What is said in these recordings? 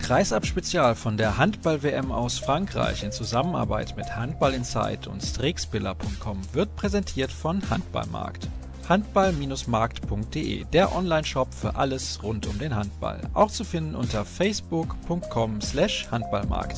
Kreisab-Spezial von der Handball-WM aus Frankreich in Zusammenarbeit mit Handball Insight und Strixbiller.com wird präsentiert von Handballmarkt. Handball-markt.de, der Online-Shop für alles rund um den Handball. Auch zu finden unter facebook.com/Handballmarkt.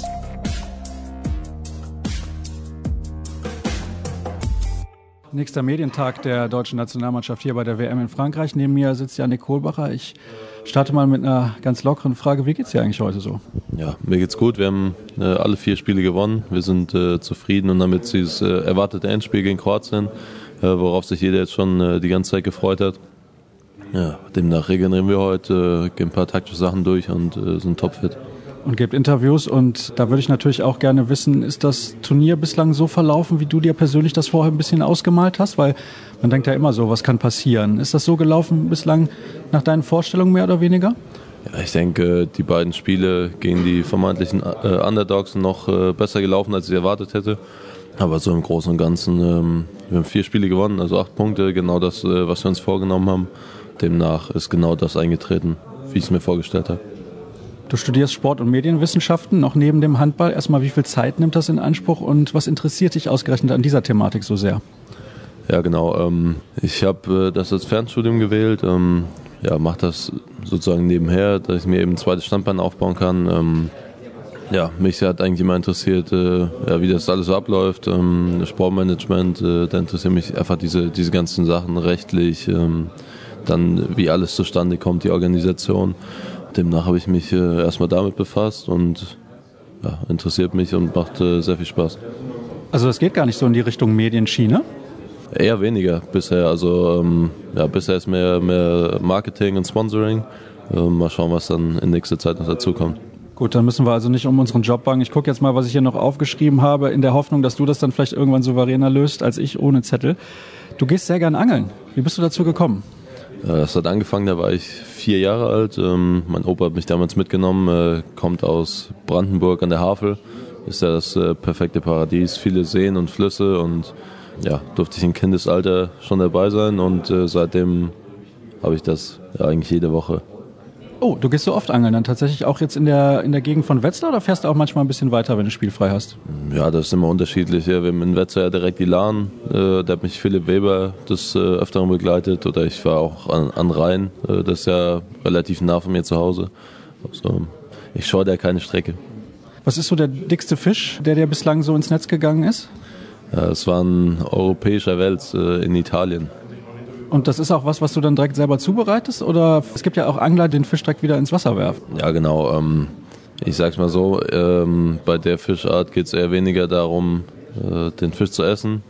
Nächster Medientag der deutschen Nationalmannschaft hier bei der WM in Frankreich. Neben mir sitzt Yannick Kohlbacher. Ich starte mal mit einer ganz lockeren Frage. Wie geht's dir eigentlich heute so? Ja, mir geht's gut. Wir haben alle 4 Spiele gewonnen. Wir sind zufrieden und damit dieses erwartete Endspiel gegen Kroatien, worauf sich jeder jetzt schon die ganze Zeit gefreut hat. Ja, demnach regenerieren wir heute, gehen ein paar taktische Sachen durch und sind topfit. Und gebt Interviews, und da würde ich natürlich auch gerne wissen, ist das Turnier bislang so verlaufen, wie du dir persönlich das vorher ein bisschen ausgemalt hast? Weil man denkt ja immer so, was kann passieren? Ist das so gelaufen bislang nach deinen Vorstellungen mehr oder weniger? Ja, ich denke, die beiden Spiele gegen die vermeintlichen Underdogs sind noch besser gelaufen, als ich erwartet hätte. Aber so im Großen und Ganzen, wir haben 4 Spiele gewonnen, also 8 Punkte, genau das, was wir uns vorgenommen haben. Demnach ist genau das eingetreten, wie ich es mir vorgestellt habe. Du studierst Sport- und Medienwissenschaften, noch neben dem Handball. Erstmal, wie viel Zeit nimmt das in Anspruch und was interessiert dich ausgerechnet an dieser Thematik so sehr? Ja, genau. Ich habe das als Fernstudium gewählt. Mache das sozusagen nebenher, dass ich mir eben ein zweites Standbein aufbauen kann. Mich hat eigentlich immer interessiert, wie das alles so abläuft. Sportmanagement, da interessieren mich einfach diese ganzen Sachen rechtlich, dann wie alles zustande kommt, die Organisation. Demnach habe ich mich erstmal damit befasst und interessiert mich und macht sehr viel Spaß. Also das geht gar nicht so in die Richtung Medienschiene? Eher weniger bisher. Also bisher ist mehr Marketing und Sponsoring. Mal schauen, was dann in nächster Zeit noch dazu kommt. Gut, dann müssen wir also nicht um unseren Job bangen. Ich gucke jetzt mal, was ich hier noch aufgeschrieben habe, in der Hoffnung, dass du das dann vielleicht irgendwann souveräner löst als ich ohne Zettel. Du gehst sehr gern angeln. Wie bist du dazu gekommen? Das hat angefangen, da war ich 4 Jahre alt. Mein Opa hat mich damals mitgenommen, kommt aus Brandenburg an der Havel. Ist ja das perfekte Paradies, viele Seen und Flüsse, und durfte ich im Kindesalter schon dabei sein, und seitdem habe ich das eigentlich jede Woche. Oh, du gehst so oft angeln dann tatsächlich auch jetzt in der Gegend von Wetzlar, oder fährst du auch manchmal ein bisschen weiter, wenn du spielfrei hast? Ja, das ist immer unterschiedlich. Wir haben in Wetzlar ja direkt die Lahn, da hat mich Philipp Weber des Öfteren begleitet, oder ich war auch an Rhein, das ist ja relativ nah von mir zu Hause. Also, ich scheue da keine Strecke. Was ist so der dickste Fisch, der dir bislang so ins Netz gegangen ist? Es war ein europäischer Wels in Italien. Und das ist auch was du dann direkt selber zubereitest? Oder es gibt ja auch Angler, die den Fisch direkt wieder ins Wasser werfen. Ja, genau. Ich sag's mal so, bei der Fischart geht es eher weniger darum, den Fisch zu essen,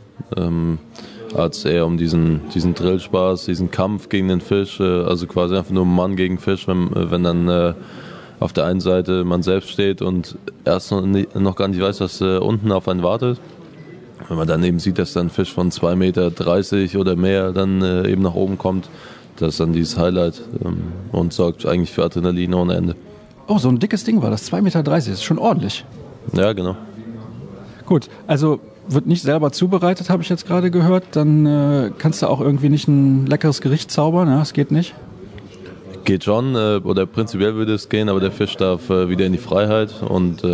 als eher um diesen Drillspaß, diesen Kampf gegen den Fisch. Also quasi einfach nur Mann gegen Fisch, wenn dann auf der einen Seite man selbst steht und erst noch gar nicht weiß, was unten auf einen wartet. Wenn man dann eben sieht, dass dann ein Fisch von 2,30 Meter oder mehr dann eben nach oben kommt, das ist dann dieses Highlight und sorgt eigentlich für Adrenalin ohne Ende. Oh, so ein dickes Ding war das, 2,30 Meter, das ist schon ordentlich. Ja, genau. Gut, also wird nicht selber zubereitet, habe ich jetzt gerade gehört, dann kannst du auch irgendwie nicht ein leckeres Gericht zaubern, ja, das geht nicht? Geht schon, oder prinzipiell würde es gehen, aber der Fisch darf wieder in die Freiheit, und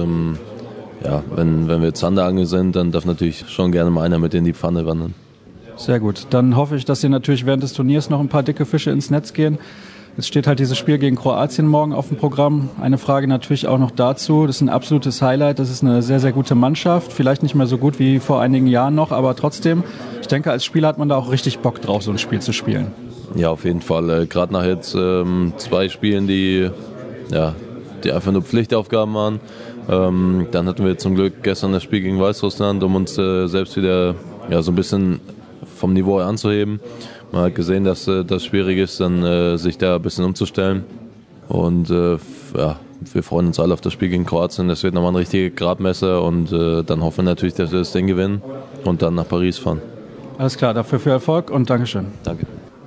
wenn wir Zanderangeln sind, dann darf natürlich schon gerne mal einer mit in die Pfanne wandern. Sehr gut. Dann hoffe ich, dass hier natürlich während des Turniers noch ein paar dicke Fische ins Netz gehen. Jetzt steht halt dieses Spiel gegen Kroatien morgen auf dem Programm. Eine Frage natürlich auch noch dazu. Das ist ein absolutes Highlight. Das ist eine sehr, sehr gute Mannschaft. Vielleicht nicht mehr so gut wie vor einigen Jahren noch, aber trotzdem, ich denke, als Spieler hat man da auch richtig Bock drauf, so ein Spiel zu spielen. Ja, auf jeden Fall. Gerade nach jetzt 2 Spielen, die einfach nur Pflichtaufgaben waren. Dann hatten wir zum Glück gestern das Spiel gegen Weißrussland, um uns selbst wieder so ein bisschen vom Niveau anzuheben. Man hat gesehen, dass das schwierig ist, dann sich da ein bisschen umzustellen. Und wir freuen uns alle auf das Spiel gegen Kroatien. Das wird nochmal ein richtiges Gradmesser, und dann hoffen wir natürlich, dass wir das Ding gewinnen und dann nach Paris fahren. Alles klar, dafür viel Erfolg und Dankeschön. Danke.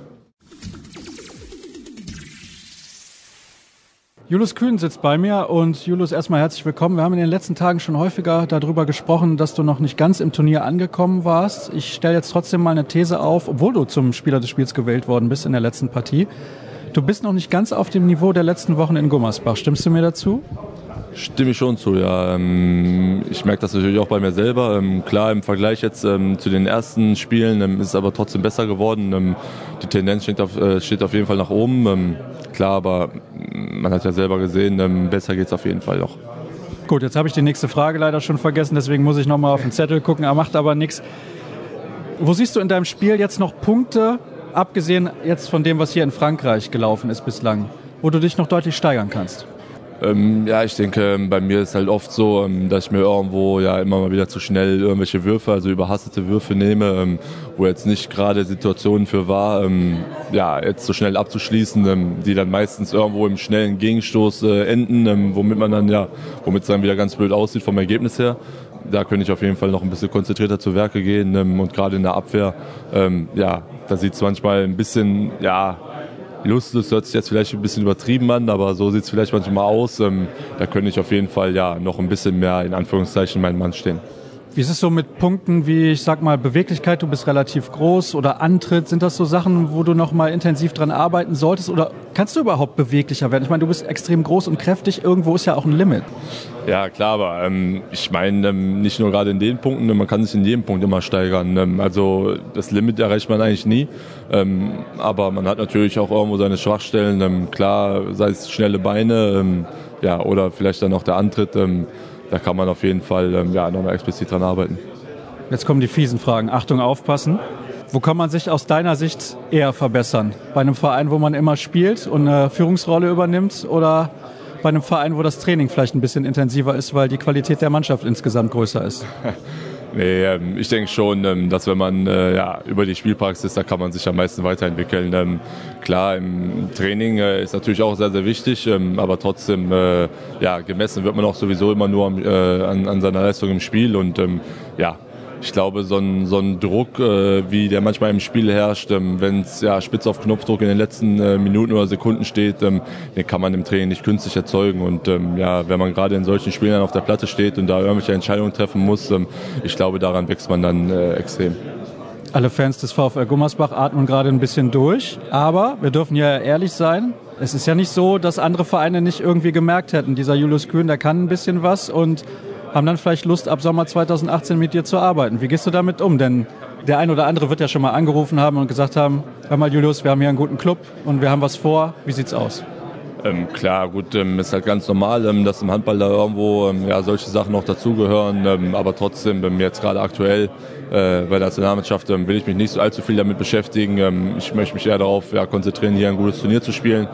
Julius Kühn sitzt bei mir, und Julius, erstmal herzlich willkommen. Wir haben in den letzten Tagen schon häufiger darüber gesprochen, dass du noch nicht ganz im Turnier angekommen warst. Ich stelle jetzt trotzdem mal eine These auf, obwohl du zum Spieler des Spiels gewählt worden bist in der letzten Partie. Du bist noch nicht ganz auf dem Niveau der letzten Wochen in Gummersbach. Stimmst du mir dazu? Stimme ich schon zu, ja. Ich merke das natürlich auch bei mir selber. Klar, im Vergleich jetzt zu den ersten Spielen ist es aber trotzdem besser geworden. Die Tendenz steht auf jeden Fall nach oben. Klar, aber man hat ja selber gesehen, besser geht es auf jeden Fall noch. Gut, jetzt habe ich die nächste Frage leider schon vergessen, deswegen muss ich nochmal auf den Zettel gucken. Er macht aber nichts. Wo siehst du in deinem Spiel jetzt noch Punkte, abgesehen jetzt von dem, was hier in Frankreich gelaufen ist bislang, wo du dich noch deutlich steigern kannst? Ja, ich denke, bei mir ist halt oft so, dass ich mir irgendwo ja immer mal wieder zu schnell irgendwelche Würfe, also überhastete Würfe nehme, wo jetzt nicht gerade Situationen für war, ja, jetzt so schnell abzuschließen, die dann meistens irgendwo im schnellen Gegenstoß enden, womit es dann wieder ganz blöd aussieht vom Ergebnis her. Da könnte ich auf jeden Fall noch ein bisschen konzentrierter zu Werke gehen und gerade in der Abwehr, ja, da sieht es manchmal ein bisschen, ja, lustlos, hört sich jetzt vielleicht ein bisschen übertrieben an, aber so sieht es vielleicht manchmal aus. Da könnte ich auf jeden Fall ja noch ein bisschen mehr in Anführungszeichen mein Mann stehen. Wie ist es so mit Punkten wie, ich sag mal, Beweglichkeit, du bist relativ groß, oder Antritt? Sind das so Sachen, wo du noch mal intensiv dran arbeiten solltest, oder kannst du überhaupt beweglicher werden? Ich meine, du bist extrem groß und kräftig, irgendwo ist ja auch ein Limit. Ja, klar, aber ich meine, nicht nur gerade in den Punkten, man kann sich in jedem Punkt immer steigern. Also das Limit erreicht man eigentlich nie, aber man hat natürlich auch irgendwo seine Schwachstellen. Klar, sei es schnelle Beine, ja, oder vielleicht dann noch der Antritt. Da kann man auf jeden Fall nochmal explizit dran arbeiten. Jetzt kommen die fiesen Fragen. Achtung, aufpassen. Wo kann man sich aus deiner Sicht eher verbessern? Bei einem Verein, wo man immer spielt und eine Führungsrolle übernimmt, oder bei einem Verein, wo das Training vielleicht ein bisschen intensiver ist, weil die Qualität der Mannschaft insgesamt größer ist? Nee, ich denke schon, dass wenn man über die Spielpraxis, da kann man sich am meisten weiterentwickeln. Klar, im Training ist natürlich auch sehr, sehr wichtig, aber trotzdem gemessen wird man auch sowieso immer nur an seiner Leistung im Spiel. Und ich glaube, so ein Druck, wie der manchmal im Spiel herrscht, wenn es spitz auf Knopfdruck in den letzten Minuten oder Sekunden steht, den kann man im Training nicht künstlich erzeugen. Und wenn man gerade in solchen Spielen auf der Platte steht und da irgendwelche Entscheidungen treffen muss, ich glaube, daran wächst man dann extrem. Alle Fans des VfL Gummersbach atmen gerade ein bisschen durch, aber wir dürfen ja ehrlich sein, es ist ja nicht so, dass andere Vereine nicht irgendwie gemerkt hätten, dieser Julius Kühn, der kann ein bisschen was und haben dann vielleicht Lust, ab Sommer 2018 mit dir zu arbeiten. Wie gehst du damit um? Denn der ein oder andere wird ja schon mal angerufen haben und gesagt haben, hör mal Julius, wir haben hier einen guten Club und wir haben was vor. Wie sieht's aus? Klar, gut, ist halt ganz normal, dass im Handball da irgendwo solche Sachen noch dazugehören. Aber trotzdem, jetzt gerade aktuell bei der Nationalmannschaft will ich mich nicht so allzu viel damit beschäftigen. Ich möchte mich eher darauf konzentrieren, hier ein gutes Turnier zu spielen.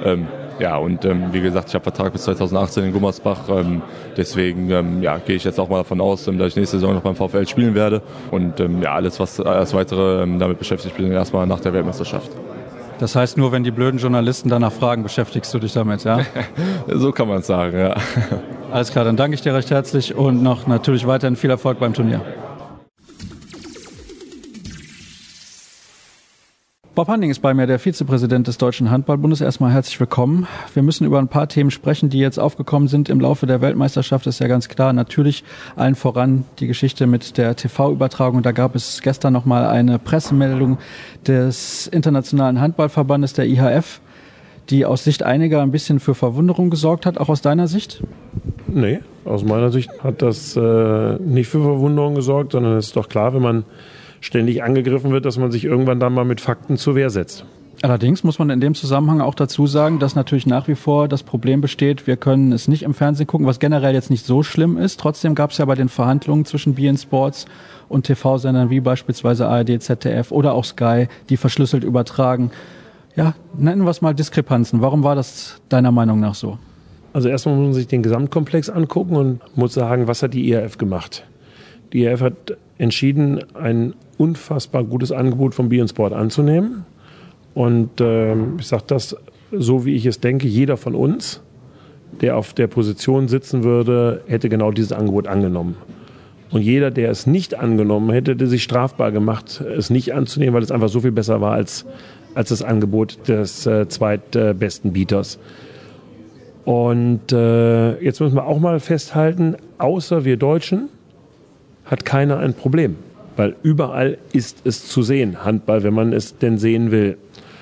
Wie gesagt, ich habe Vertrag bis 2018 in Gummersbach, deswegen gehe ich jetzt auch mal davon aus, dass ich nächste Saison noch beim VfL spielen werde und alles Weitere, damit beschäftige ich mich dann erstmal nach der Weltmeisterschaft. Das heißt, nur wenn die blöden Journalisten danach fragen, beschäftigst du dich damit, ja? So kann man es sagen, ja. Alles klar, dann danke ich dir recht herzlich und noch natürlich weiterhin viel Erfolg beim Turnier. Bob Handing ist bei mir, der Vizepräsident des Deutschen Handballbundes. Erstmal herzlich willkommen. Wir müssen über ein paar Themen sprechen, die jetzt aufgekommen sind im Laufe der Weltmeisterschaft. Das ist ja ganz klar. Natürlich allen voran die Geschichte mit der TV-Übertragung. Da gab es gestern nochmal eine Pressemeldung des Internationalen Handballverbandes, der IHF, die aus Sicht einiger ein bisschen für Verwunderung gesorgt hat. Auch aus deiner Sicht? Nee, aus meiner Sicht hat das nicht für Verwunderung gesorgt, sondern es ist doch klar, wenn man ständig angegriffen wird, dass man sich irgendwann dann mal mit Fakten zur Wehr setzt. Allerdings muss man in dem Zusammenhang auch dazu sagen, dass natürlich nach wie vor das Problem besteht, wir können es nicht im Fernsehen gucken, was generell jetzt nicht so schlimm ist. Trotzdem gab es ja bei den Verhandlungen zwischen beIN Sports und TV-Sendern wie beispielsweise ARD, ZDF oder auch Sky, die verschlüsselt übertragen. Ja, nennen wir es mal Diskrepanzen. Warum war das deiner Meinung nach so? Also erstmal muss man sich den Gesamtkomplex angucken und muss sagen, was hat die IHF gemacht? Die IHF hat entschieden, ein unfassbar gutes Angebot von beIN Sport anzunehmen. Und ich sage das so, wie ich es denke, jeder von uns, der auf der Position sitzen würde, hätte genau dieses Angebot angenommen. Und jeder, der es nicht angenommen hätte, hätte sich strafbar gemacht, es nicht anzunehmen, weil es einfach so viel besser war als das Angebot des zweitbesten Bieters. Und jetzt müssen wir auch mal festhalten, außer wir Deutschen hat keiner ein Problem. Weil überall ist es zu sehen, Handball, wenn man es denn sehen will.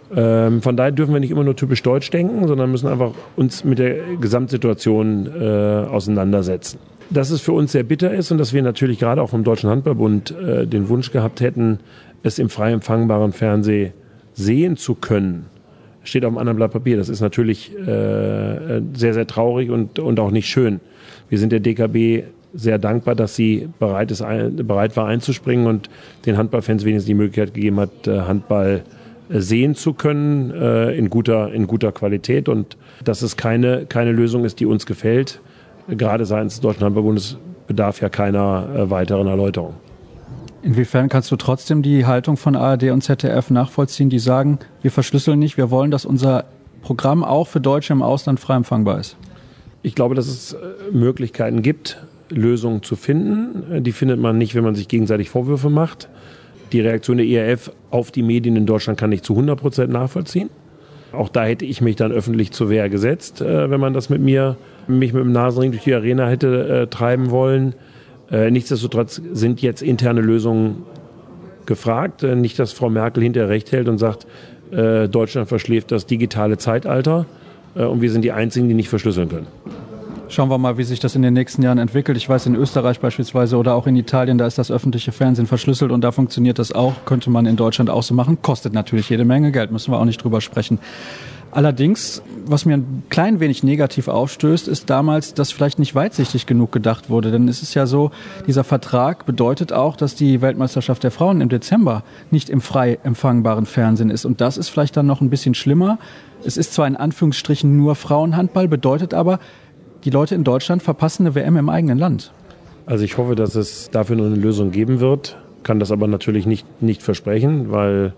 Von daher dürfen wir nicht immer nur typisch deutsch denken, sondern müssen einfach uns mit der Gesamtsituation auseinandersetzen. Dass es für uns sehr bitter ist und dass wir natürlich gerade auch vom Deutschen Handballbund den Wunsch gehabt hätten, es im frei empfangbaren Fernsehen sehen zu können, steht auf einem anderen Blatt Papier. Das ist natürlich sehr, sehr traurig und auch nicht schön. Wir sind der DKB sehr dankbar, dass sie bereit war einzuspringen und den Handballfans wenigstens die Möglichkeit gegeben hat, Handball sehen zu können in guter Qualität und dass es keine Lösung ist, die uns gefällt. Gerade seitens des Deutschen Handballbundes bedarf ja keiner weiteren Erläuterung. Inwiefern kannst du trotzdem die Haltung von ARD und ZDF nachvollziehen, die sagen, wir verschlüsseln nicht, wir wollen, dass unser Programm auch für Deutsche im Ausland frei empfangbar ist? Ich glaube, dass es Möglichkeiten gibt, Lösungen zu finden. Die findet man nicht, wenn man sich gegenseitig Vorwürfe macht. Die Reaktion der IAF auf die Medien in Deutschland kann ich zu 100% nachvollziehen. Auch da hätte ich mich dann öffentlich zur Wehr gesetzt, wenn man das mich mit dem Nasenring durch die Arena hätte treiben wollen. Nichtsdestotrotz sind jetzt interne Lösungen gefragt. Nicht, dass Frau Merkel hinterher recht hält und sagt, Deutschland verschläft das digitale Zeitalter und wir sind die Einzigen, die nicht verschlüsseln können. Schauen wir mal, wie sich das in den nächsten Jahren entwickelt. Ich weiß, in Österreich beispielsweise oder auch in Italien, da ist das öffentliche Fernsehen verschlüsselt und da funktioniert das auch. Könnte man in Deutschland auch so machen. Kostet natürlich jede Menge Geld, müssen wir auch nicht drüber sprechen. Allerdings, was mir ein klein wenig negativ aufstößt, ist damals, dass vielleicht nicht weitsichtig genug gedacht wurde. Denn es ist ja so, dieser Vertrag bedeutet auch, dass die Weltmeisterschaft der Frauen im Dezember nicht im frei empfangbaren Fernsehen ist. Und das ist vielleicht dann noch ein bisschen schlimmer. Es ist zwar in Anführungsstrichen nur Frauenhandball, bedeutet aber, die Leute in Deutschland verpassen eine WM im eigenen Land. Also ich hoffe, dass es dafür noch eine Lösung geben wird, kann das aber natürlich nicht versprechen, weil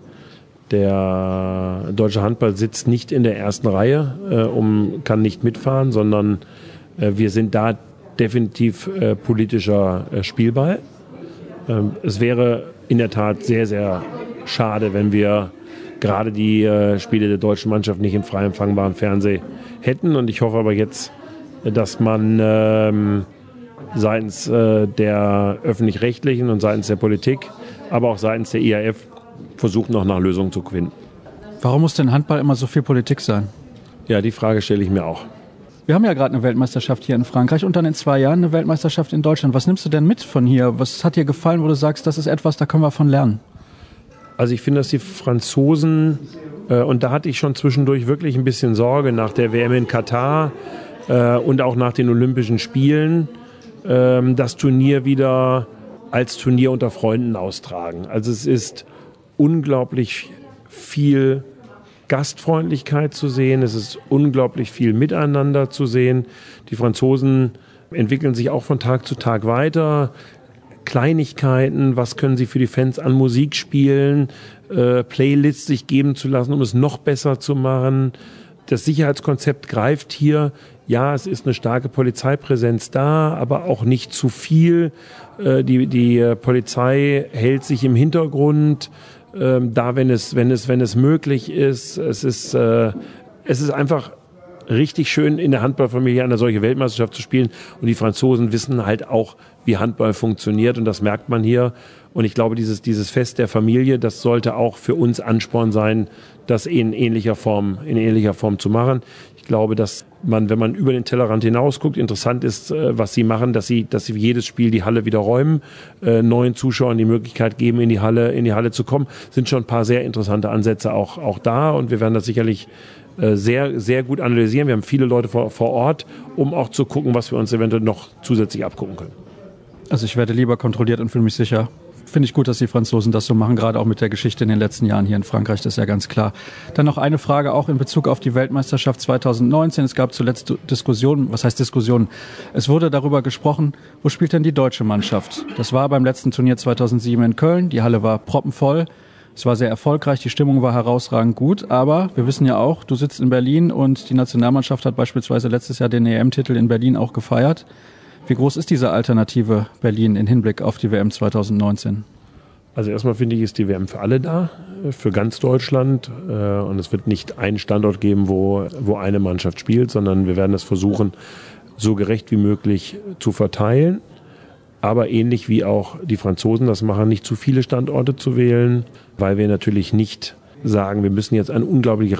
der deutsche Handball sitzt nicht in der ersten Reihe, kann nicht mitfahren, sondern wir sind da definitiv politischer Spielball. Es wäre in der Tat sehr, sehr schade, wenn wir gerade die Spiele der deutschen Mannschaft nicht im frei empfangbaren Fernsehen hätten. Und ich hoffe aber jetzt, dass man seitens der Öffentlich-Rechtlichen und seitens der Politik, aber auch seitens der IAF versucht, noch nach Lösungen zu finden. Warum muss denn Handball immer so viel Politik sein? Ja, die Frage stelle ich mir auch. Wir haben ja gerade eine Weltmeisterschaft hier in Frankreich und dann in 2 Jahren eine Weltmeisterschaft in Deutschland. Was nimmst du denn mit von hier? Was hat dir gefallen, wo du sagst, das ist etwas, da können wir von lernen? Also ich finde, dass die Franzosen, und da hatte ich schon zwischendurch wirklich ein bisschen Sorge nach der WM in Katar und auch nach den Olympischen Spielen, das Turnier wieder als Turnier unter Freunden austragen. Also es ist unglaublich viel Gastfreundlichkeit zu sehen, es ist unglaublich viel Miteinander zu sehen. Die Franzosen entwickeln sich auch von Tag zu Tag weiter. Kleinigkeiten, was können sie für die Fans an Musik spielen, Playlists sich geben zu lassen, um es noch besser zu machen. Das Sicherheitskonzept greift hier. Ja, es ist eine starke Polizeipräsenz da, aber auch nicht zu viel. Die Polizei hält sich im Hintergrund, da wenn es möglich ist. Es ist einfach richtig schön, in der Handballfamilie eine solche Weltmeisterschaft zu spielen. Und die Franzosen wissen halt auch, wie Handball funktioniert. Und das merkt man hier. Und ich glaube, dieses Fest der Familie, das sollte auch für uns Ansporn sein, das in ähnlicher Form zu machen. Ich glaube, dass man, wenn man über den Tellerrand hinausguckt, interessant ist, was sie machen, dass sie jedes Spiel die Halle wieder räumen, neuen Zuschauern die Möglichkeit geben, in die Halle zu kommen. Sind schon ein paar sehr interessante Ansätze auch da. Und wir werden das sicherlich sehr, sehr gut analysieren. Wir haben viele Leute vor Ort, um auch zu gucken, was wir uns eventuell noch zusätzlich abgucken können. Also ich werde lieber kontrolliert und fühle mich sicher. Finde ich gut, dass die Franzosen das so machen, gerade auch mit der Geschichte in den letzten Jahren hier in Frankreich, das ist ja ganz klar. Dann noch eine Frage auch in Bezug auf die Weltmeisterschaft 2019. Es gab zuletzt Diskussionen, was heißt Diskussionen? Es wurde darüber gesprochen, wo spielt denn die deutsche Mannschaft? Das war beim letzten Turnier 2007 in Köln, die Halle war proppenvoll. Es war sehr erfolgreich, die Stimmung war herausragend gut, aber wir wissen ja auch, du sitzt in Berlin und die Nationalmannschaft hat beispielsweise letztes Jahr den EM-Titel in Berlin auch gefeiert. Wie groß ist diese Alternative Berlin im Hinblick auf die WM 2019? Also erstmal finde ich, ist die WM für alle da, für ganz Deutschland. Und es wird nicht einen Standort geben, wo eine Mannschaft spielt, sondern wir werden es versuchen, so gerecht wie möglich zu verteilen. Aber ähnlich wie auch die Franzosen das machen, nicht zu viele Standorte zu wählen, weil wir natürlich nicht sagen, wir müssen jetzt eine unglaubliche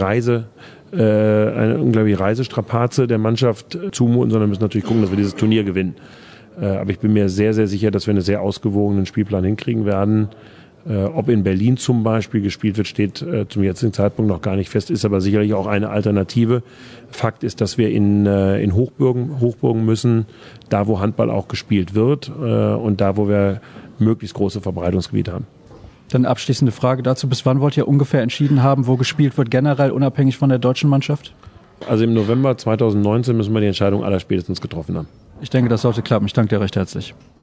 Reisestrapaze der Mannschaft zumuten, sondern müssen natürlich gucken, dass wir dieses Turnier gewinnen. Aber ich bin mir sehr, sehr sicher, dass wir einen sehr ausgewogenen Spielplan hinkriegen werden. Ob in Berlin zum Beispiel gespielt wird, steht zum jetzigen Zeitpunkt noch gar nicht fest, ist aber sicherlich auch eine Alternative. Fakt ist, dass wir in Hochburgen müssen, da wo Handball auch gespielt wird und da wo wir möglichst große Verbreitungsgebiete haben. Dann abschließende Frage dazu, bis wann wollt ihr ungefähr entschieden haben, wo gespielt wird, generell unabhängig von der deutschen Mannschaft? Also im November 2019 müssen wir die Entscheidung allerspätestens getroffen haben. Ich denke, das sollte klappen. Ich danke dir recht herzlich.